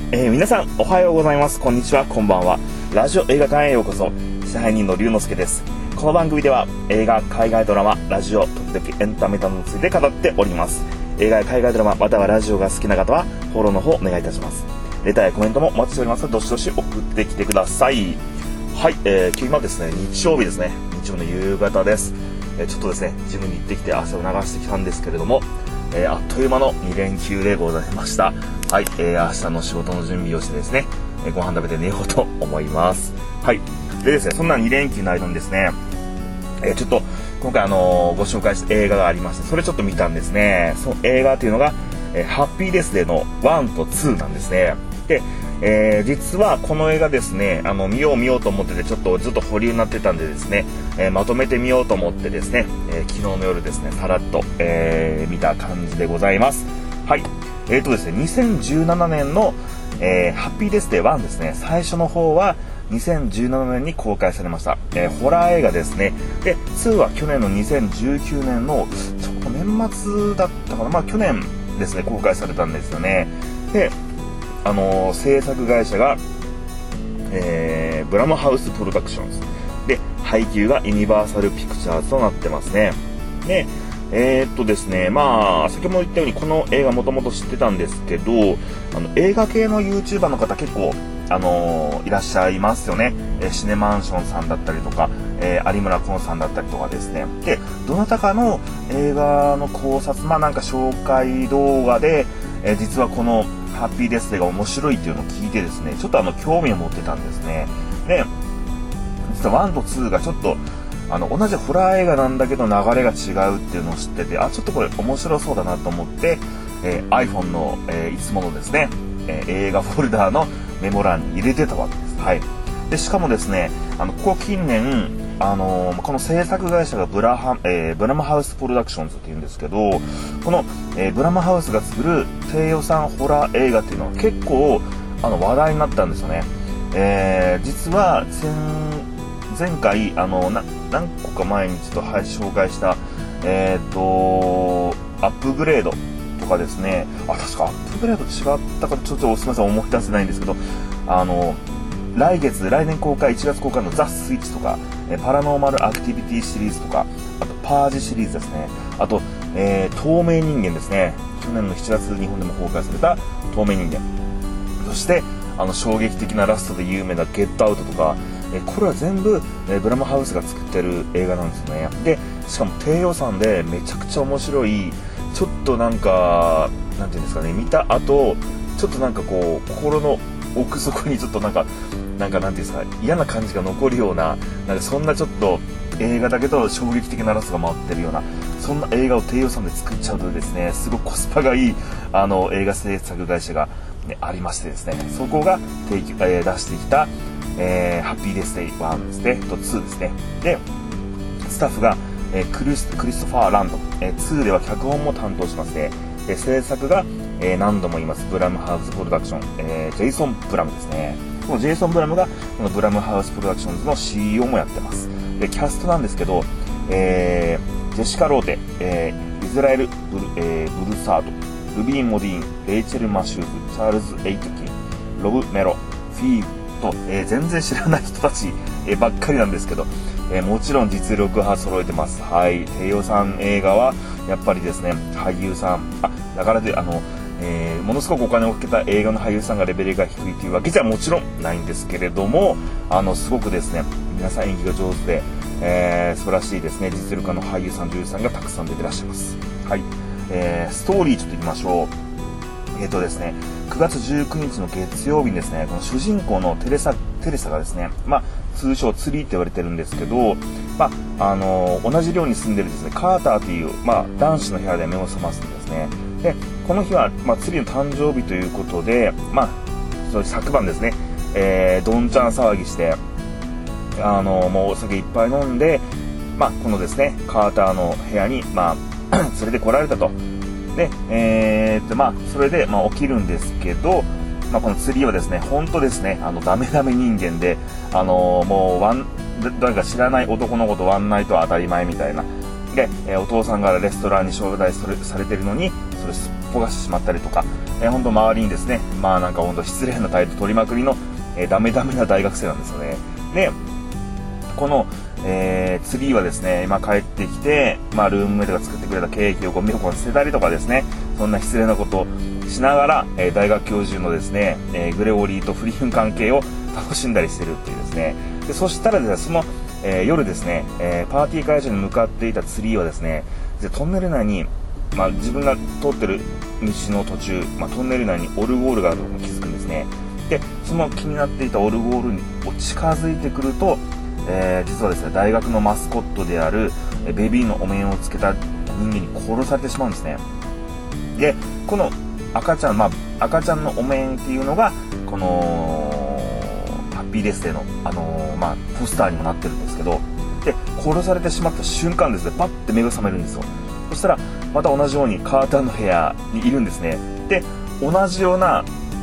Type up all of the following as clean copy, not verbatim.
皆さんおはようございます。こんにちは、こんばんは。ラジオ映画館へようこそ。支配人の龍之介です。この番組では映画、海外ドラマ、ラジオ、時々エンタメなどについて語っております。映画や海外ドラマまたはラジオが好きな方はフォローの方お願いいたします。レターやコメントもお待ちしておりますので、どしどし送ってきてください。はい、今日はですね、日曜日ですね。日曜の夕方です。ちょっとですね、ジムに行ってきて汗を流してきたんですけれども、あっという間の2連休でございました。はい、明日の仕事の準備をしてですね、ご飯食べて寝ようと思います。はい。でですね、そんな2連休の間にですね、ちょっと今回ご紹介した映画がありまして、それちょっと見たんですね。その映画というのが、ハッピーデスデーの1と2なんですね。で、実はこの映画ですね、見ようと思ってて、ちょっとずっと保留になってたんでですね、まとめてみようと思ってですね、昨日の夜ですね、さらっと、見た感じでございます。はい。ですね、2017年の、ハッピーデスデー1ですね、最初の方は2017年に公開されました。ホラー映画ですね。で、2は去年の2019年の、ちょっと年末だったかな、まあ去年ですね、公開されたんですよね。で、制作会社が、ブラムハウスプロダクションズで、配給がユニバーサルピクチャーズとなってますね。で、ですね、まあ先ほど言ったようにこの映画もともと知ってたんですけど、映画系の YouTuber の方結構いらっしゃいますよね。シネマンションさんだったりとか、有村昆さんだったりとかですね。で、どなたかの映画の考察、まあなんか紹介動画で、実はこのハッピーデスデーが面白いっていうのを聞いてですね、ちょっと興味を持ってたんですね。で、実は1と2がちょっと同じホラー映画なんだけど流れが違うっていうのを知ってて、ちょっとこれ面白そうだなと思って、iPhone の、いつものですね、映画フォルダーのメモ欄に入れてたわけです。はい。で、しかもですね、ここ近年、この制作会社がブラムハウスプロダクションズっていうんですけど、この、ブラムハウスが作る低予算ホラー映画っていうのは結構話題になったんですよね。実は前回何個か前にちょっと紹介したアップグレードとかですね、確かアップグレード違ったかちょっとすみません思い出せないんですけど、来年公開1月公開のザ・スイッチとか、パラノーマルアクティビティシリーズとか、あとパージシリーズですね、あと、透明人間ですね、去年の7月日本でも公開された透明人間、そして衝撃的なラストで有名なゲットアウトとか、これは全部、ブラムハウスが作ってる映画なんですよね。で、しかも低予算でめちゃくちゃ面白い、ちょっとなんていうんですかね、見た後ちょっとなんかこう心の奥底にちょっとなんていうんですか、嫌な感じが残るような、そんなちょっと映画だけど衝撃的なラストが回ってるような、そんな映画を低予算で作っちゃうとですね、すごくコスパがいい映画制作会社が、ありましてですね、そこが出してきた、ハッピーデスデイ1ですねと2ですね。で、スタッフが、クリストファー・ランド、2では脚本も担当しますね。制作が、何度も言いますブラムハウスプロダクション、ジェイソン・ブラムですね。このジェイソン・ブラムがこのブラムハウスプロダクションズの CEO もやってます。で、キャストなんですけど、ジェシカ・ローテ、イズラエル・ブルサード、ルビー・モディーン、レイチェル・マシューズ、チャールズ・エイトキン、ロブ・メロ、フィーと、全然知らない人たち、ばっかりなんですけど、もちろん実力派揃えてます。はい。低予算映画はやっぱりですね、俳優さん、だからでものすごくお金をかけた映画の俳優さんがレベルが低いというわけじゃもちろんないんですけれども、すごくですね、皆さん演技が上手で、素晴らしいですね、実力派の俳優さん女優さんがたくさん出てらっしゃいます。はい。ストーリーちょっといきましょう。ですね、9月19日の月曜日にですね、この主人公のテレサがですね、通称ツリーって言われてるんですけど、同じ寮に住んでるですね、カーターという、男子の部屋で目を覚ますんですね。で、この日は、ツリーの誕生日ということで、そういう昨晩ですね、どんちゃん騒ぎして、もうお酒いっぱい飲んで、このですね、カーターの部屋に、連れてこられたと。で、それで、起きるんですけど、このツリーはですね、本当ですね、ダメ人間で、もう誰か知らない男の子とワンナイトは当たり前みたいな。で、お父さんがレストランに招待されてるのに、それすっぽかしてしまったりとか、 本当周りにですね、なんか本当失礼な態度取りまくりの、ダメな大学生なんですよね。で、この、ツリーはですね、帰ってきて、ルームメイトが作ってくれたケーキをゴミ箱に捨てたりとかですね、そんな失礼なことをしながら、大学教授のですね、グレゴリーと不倫関係を楽しんだりしてるっていうですね。で、そしたらですね、その、夜ですね、パーティー会場に向かっていたツリーはですね、トンネル内に、自分が通ってる道の途中、トンネル内にオルゴールがあることに気づくんですね。で、その気になっていたオルゴールに近づいてくると、実はですね、大学のマスコットであるベビーのお面をつけた人間に殺されてしまうんですね。で、この赤ちゃん、赤ちゃんのお面っていうのがこのハッピーデスデーのポスターにもなってるんですけど、で、殺されてしまった瞬間ですね、パッて目が覚めるんですよ。そしたらまた同じようにカーターの部屋にいるんですね。で、同じような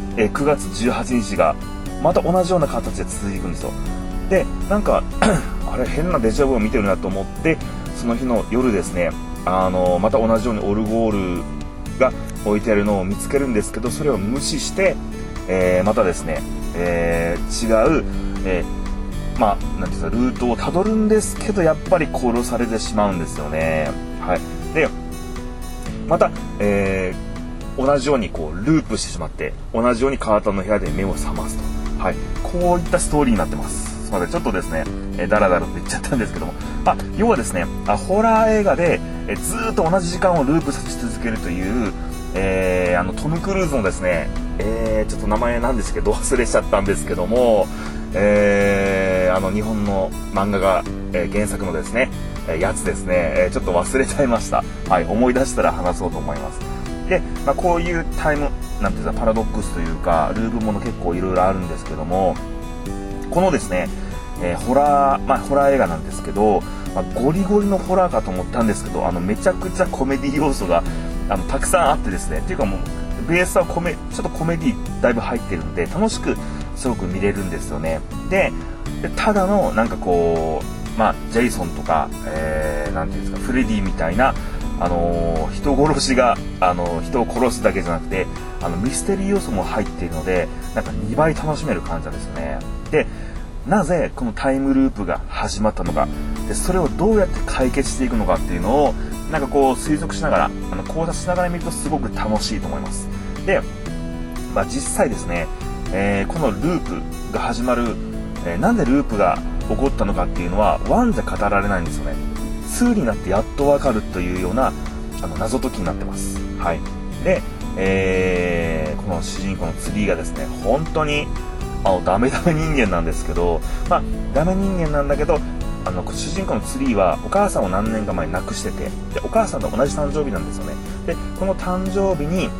9月18日がまた同じような形で続いていくんですよ。で、なんかあれ変なデジャブを見てるなと思って、その日の夜ですね、また同じようにオルゴールが置いてあるのを見つけるんですけど、それを無視して、またですね、違う、なんていうんですか、ルートをたどるんですけど、やっぱり殺されてしまうんですよね。はい。で、また、同じようにこうループしてしまって、同じようにカーターの部屋で目を覚ますと。はい。こういったストーリーになってます。すみません、ちょっとですね、ダラダラと言っちゃったんですけども、要はですね、ホラー映画で、ずーっと同じ時間をループさせ続けるという、トム・クルーズのですね、ちょっと名前なんですけど忘れちゃったんですけども、日本の漫画が、原作のですね、やつですね、ちょっと忘れちゃいました。はい、思い出したら話そうと思います。で、こういうタイムなんていうかパラドックスというかループもの結構いろいろあるんですけども、このですね、ホラー映画なんですけど、ゴリゴリのホラーかと思ったんですけど、めちゃくちゃコメディ要素がたくさんあってですね、っていうかもうベースはちょっとコメディだいぶ入ってるんで楽しくすごく見れるんですよね。でただのなんかこうジェイソンとか、なんていうんですか、フレディみたいな人殺しが人を殺すだけじゃなくてミステリー要素も入っているので、なんか2倍楽しめる感じなんですよね。で、なぜこのタイムループが始まったのか、でそれをどうやって解決していくのかっていうのをなんかこう推測しながら考察しながら見るとすごく楽しいと思います。で、実際ですね、このループが始まる、なんでループが起こったのかっていうのは1じゃ語られないんですよね。2になってやっとわかるというような謎解きになってます。はい。で、この主人公のツリーがですね、本当にダメ人間なんですけど、ダメ人間なんだけど、主人公のツリーはお母さんを何年か前に亡くしてて、でお母さんと同じ誕生日なんですよね。でこの誕生日に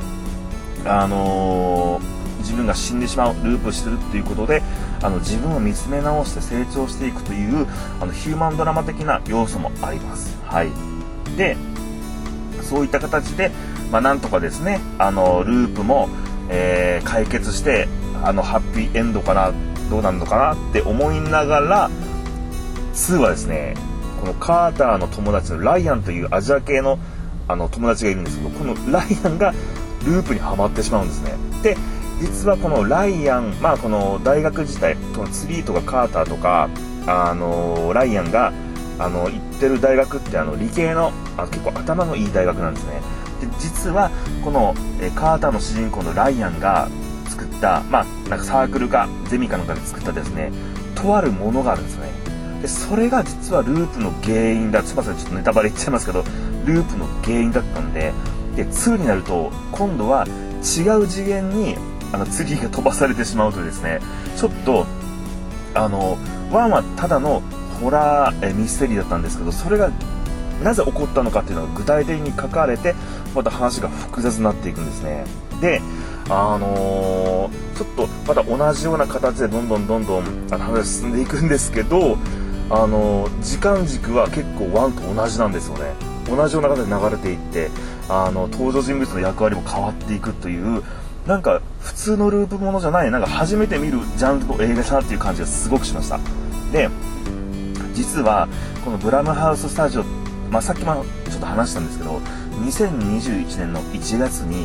自分が死んでしまう、ループしてるっていうことで自分を見つめ直して成長していくというヒューマンドラマ的な要素もあります。はい。でそういった形でなんとかですねループも、解決してハッピーエンドかな、どうなるのかなって思いながら、2はですね、このカーターの友達のライアンというアジア系の友達がいるんですけど、このライアンがループにはまってしまうんですね。で実はこのライアン、この大学自体、このツリーとかカーターとかライアンが行ってる大学って理系の結構頭のいい大学なんですね。で実はこのカーターの主人公のライアンが作ったなんかサークルかゼミかなんかで作ったですね、とあるものがあるんですよね。でそれが実はループの原因だ。すいません、ちょっとネタバレ言っちゃいますけど、ループの原因だったんで、2になると今度は違う次元にツリーが飛ばされてしまうとですね、ちょっと1はただのホラーミステリーだったんですけど、それがなぜ起こったのかっていうのが具体的に書かれて、また話が複雑になっていくんですね。でちょっとまた同じような形でどんどん話が進んでいくんですけど、時間軸は結構1と同じなんですよね。同じような形で流れていって、登場人物の役割も変わっていくという、なんか普通のループものじゃない、なんか初めて見るジャンルの映画だなっていう感じがすごくしました。で実はこのブラムハウススタジオ、さっきもちょっと話したんですけど、2021年の1月に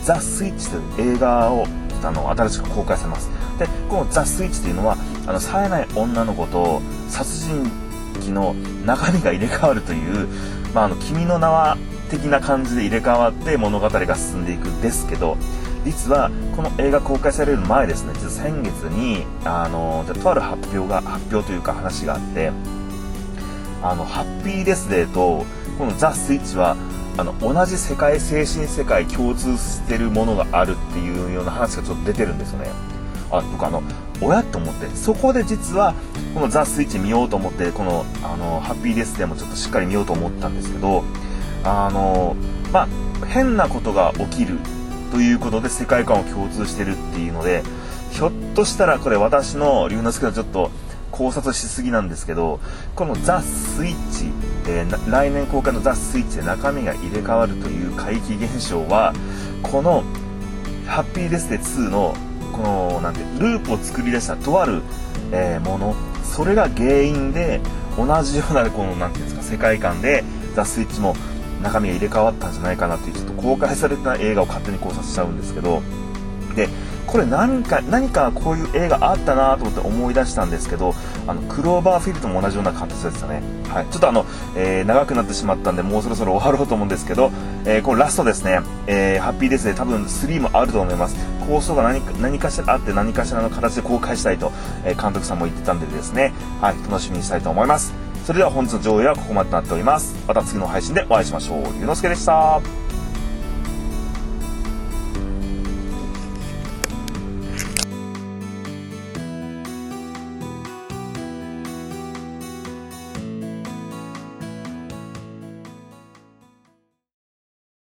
ザ・スイッチという映画を新しく公開されます。で、このザ・スイッチというのは冴えない女の子と殺人鬼の中身が入れ替わるという、君の名は的な感じで入れ替わって物語が進んでいくんですけど、実はこの映画公開される前ですね、実は先月にとある発表というか話があって、ハッピーデスデーとこのザ・スイッチは同じ精神世界共通してるものがあるっていうような話がちょっと出てるんですよね。僕おやと思って、そこで実はこのザ・スイッチ見ようと思って、このハッピーデスデーもちょっとしっかり見ようと思ったんですけど、変なことが起きるということで世界観を共通してるっていうので、ひょっとしたらこれ私の龍之介のちょっと考察しすぎなんですけど、このザ・スイッチ、来年公開のザ・スイッチで中身が入れ替わるという怪奇現象は、このハッピーデスデー2のこのループを作り出したとある、もの、それが原因で同じようなこの世界観でザ・スイッチも中身が入れ替わったんじゃないかなっていう、ちょっと公開された映画を勝手に考察しちゃうんですけど、でこれ何かこういう映画あったなと思って思い出したんですけど、クローバーフィールドも同じような感じでしたね。はい、ちょっと長くなってしまったんでもうそろそろ終わろうと思うんですけど、このラストですね、ハッピーデスで多分3もあると思います。構想が何かしらあって何かしらの形で公開したいと、監督さんも言ってたんでですね、はい、楽しみにしたいと思います。それでは本日の上映はここまでとなっております。また次の配信でお会いしましょう。龍之介でした。